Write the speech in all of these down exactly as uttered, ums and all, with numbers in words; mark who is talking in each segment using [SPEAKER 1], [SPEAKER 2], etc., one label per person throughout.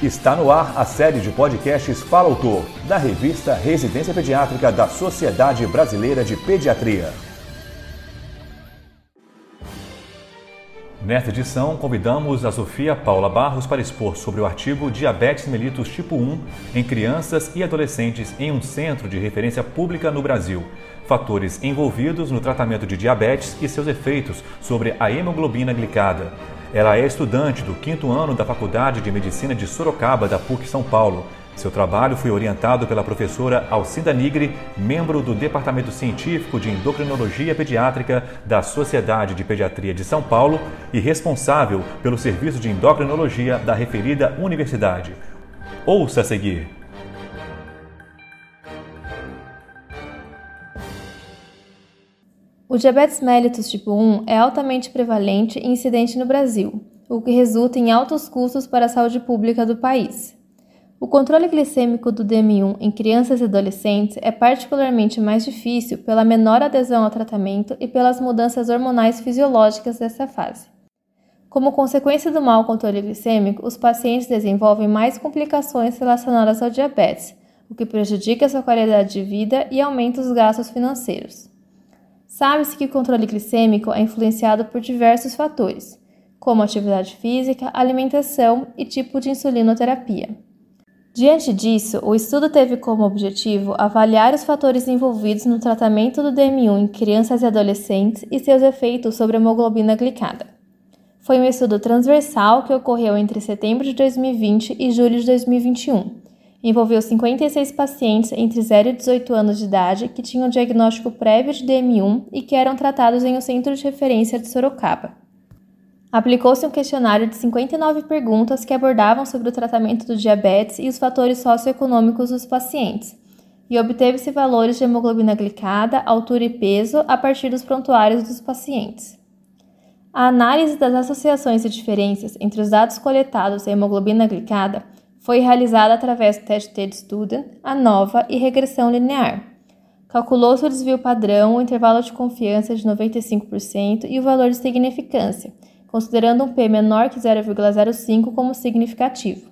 [SPEAKER 1] Está no ar a série de podcasts Fala Autor, da revista Residência Pediátrica da Sociedade Brasileira de Pediatria. Nesta edição, convidamos a Sofia Paula Barros para expor sobre o artigo Diabetes mellitus tipo um em crianças e adolescentes em um centro de referência pública no Brasil. Fatores envolvidos no tratamento de diabetes e seus efeitos sobre a hemoglobina glicada. Ela é estudante do quinto ano da Faculdade de Medicina de Sorocaba, da P U C São Paulo. Seu trabalho foi orientado pela professora Alcinda Nigri, membro do Departamento Científico de Endocrinologia Pediátrica da Sociedade de Pediatria de São Paulo e responsável pelo serviço de endocrinologia da referida universidade. Ouça a seguir.
[SPEAKER 2] O diabetes mellitus tipo um é altamente prevalente e incidente no Brasil, o que resulta em altos custos para a saúde pública do país. O controle glicêmico do D M um em crianças e adolescentes é particularmente mais difícil pela menor adesão ao tratamento e pelas mudanças hormonais fisiológicas dessa fase. Como consequência do mau controle glicêmico, os pacientes desenvolvem mais complicações relacionadas ao diabetes, o que prejudica sua qualidade de vida e aumenta os gastos financeiros. Sabe-se que o controle glicêmico é influenciado por diversos fatores, como atividade física, alimentação e tipo de insulinoterapia. Diante disso, o estudo teve como objetivo avaliar os fatores envolvidos no tratamento do D M um em crianças e adolescentes e seus efeitos sobre a hemoglobina glicada. Foi um estudo transversal que ocorreu entre setembro de dois mil e vinte e julho de dois mil e vinte e um. Envolveu cinquenta e seis pacientes entre zero e dezoito anos de idade que tinham diagnóstico prévio de D M um e que eram tratados em um centro de referência de Sorocaba. Aplicou-se um questionário de cinquenta e nove perguntas que abordavam sobre o tratamento do diabetes e os fatores socioeconômicos dos pacientes, e obteve-se valores de hemoglobina glicada, altura e peso a partir dos prontuários dos pacientes. A análise das associações e diferenças entre os dados coletados e a hemoglobina glicada foi realizada através do teste T-Student, ANOVA e regressão linear. Calculou-se o desvio padrão, o intervalo de confiança de noventa e cinco por cento e o valor de significância, considerando um P menor que zero vírgula zero cinco como significativo.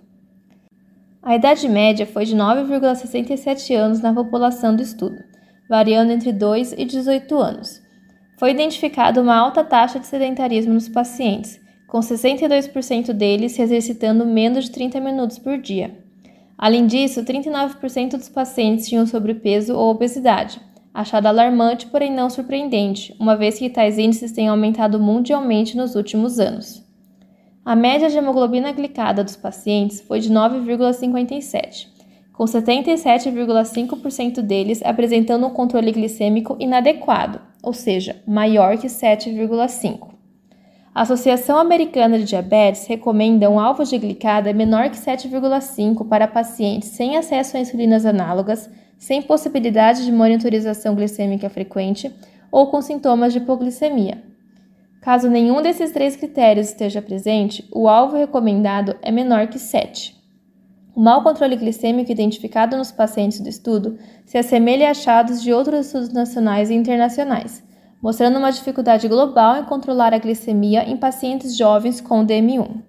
[SPEAKER 2] A idade média foi de nove vírgula sessenta e sete anos na população do estudo, variando entre dois e dezoito anos. Foi identificada uma alta taxa de sedentarismo nos pacientes, com sessenta e dois por cento deles se exercitando menos de trinta minutos por dia. Além disso, trinta e nove por cento dos pacientes tinham sobrepeso ou obesidade, achado alarmante, porém não surpreendente, uma vez que tais índices têm aumentado mundialmente nos últimos anos. A média de hemoglobina glicada dos pacientes foi de nove vírgula cinquenta e sete, com setenta e sete vírgula cinco por cento deles apresentando um controle glicêmico inadequado, ou seja, maior que sete vírgula cinco. A Associação Americana de Diabetes recomenda um alvo de glicada menor que sete vírgula cinco para pacientes sem acesso a insulinas análogas, sem possibilidade de monitorização glicêmica frequente ou com sintomas de hipoglicemia. Caso nenhum desses três critérios esteja presente, o alvo recomendado é menor que sete. O mau controle glicêmico identificado nos pacientes do estudo se assemelha a achados de outros estudos nacionais e internacionais, mostrando uma dificuldade global em controlar a glicemia em pacientes jovens com D M um.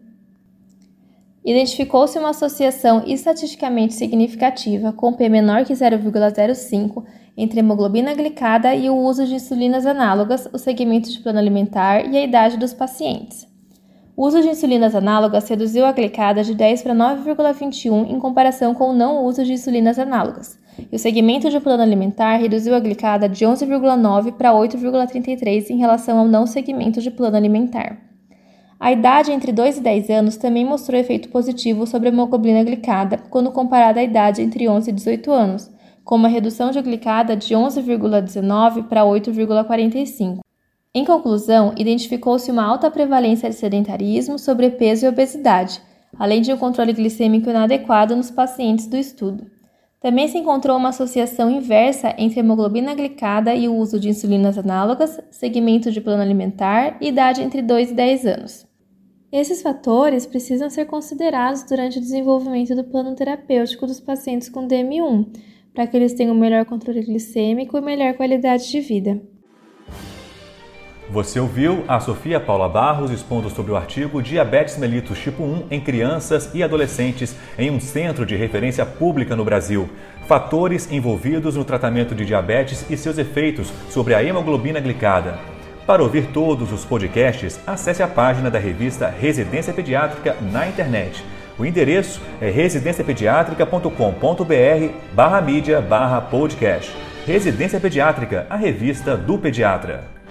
[SPEAKER 2] Identificou-se uma associação estatisticamente significativa com P menor que zero vírgula zero cinco entre a hemoglobina glicada e o uso de insulinas análogas, o segmento de plano alimentar e a idade dos pacientes. O uso de insulinas análogas reduziu a glicada de dez para nove vírgula vinte e um em comparação com o não uso de insulinas análogas, e o segmento de plano alimentar reduziu a glicada de onze vírgula nove para oito vírgula trinta e três em relação ao não segmento de plano alimentar. A idade entre dois e dez anos também mostrou efeito positivo sobre a hemoglobina glicada quando comparada à idade entre onze e dezoito anos, com uma redução de glicada de onze vírgula dezenove para oito vírgula quarenta e cinco. Em conclusão, identificou-se uma alta prevalência de sedentarismo, sobrepeso e obesidade, além de um controle glicêmico inadequado nos pacientes do estudo. Também se encontrou uma associação inversa entre a hemoglobina glicada e o uso de insulinas análogas, segmento de plano alimentar e idade entre dois e dez anos. Esses fatores precisam ser considerados durante o desenvolvimento do plano terapêutico dos pacientes com D M um, para que eles tenham melhor controle glicêmico e melhor qualidade de vida.
[SPEAKER 1] Você ouviu a Sofia Paula Barros expondo sobre o artigo Diabetes mellitus tipo um em crianças e adolescentes em um centro de referência pública no Brasil. Fatores envolvidos no tratamento de diabetes e seus efeitos sobre a hemoglobina glicada. Para ouvir todos os podcasts, acesse a página da revista Residência Pediátrica na internet. O endereço é residenciapediatrica ponto com ponto br barra mídia barra podcast. Residência Pediátrica, a revista do pediatra.